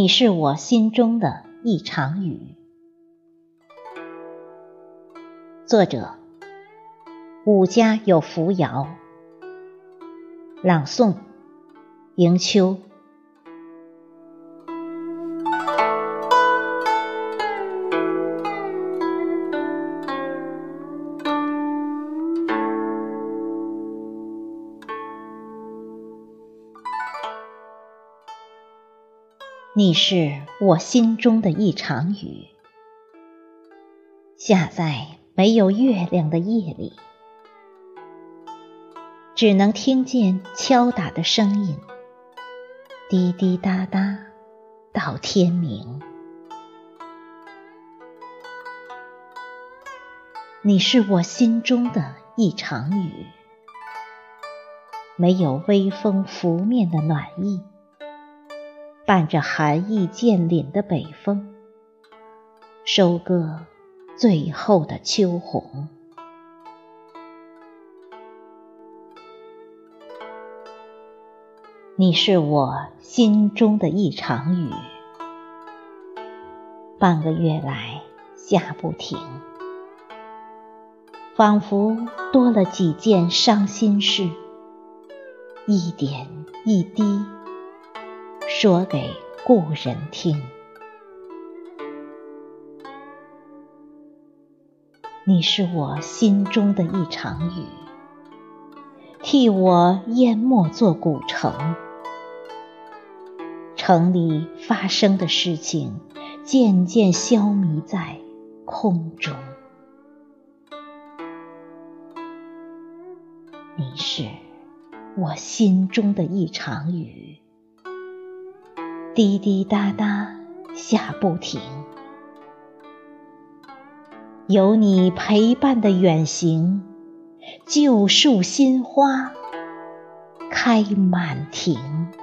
你是我心中的一场雨。作者：武家有扶摇，朗诵：迎秋。你是我心中的一场雨，下在没有月亮的夜里，只能听见敲打的声音，滴滴答答到天明。你是我心中的一场雨，没有微风拂面的暖意，伴着寒意渐凛的北风，收割最后的秋红。你是我心中的一场雨，半个月来下不停，仿佛多了几件伤心事，一点一滴说给故人听。你是我心中的一场雨，替我淹没座古城，城里发生的事情渐渐消弭在空中。你是我心中的一场雨，滴滴答答下不停，有你陪伴的远行，旧树新花开满庭。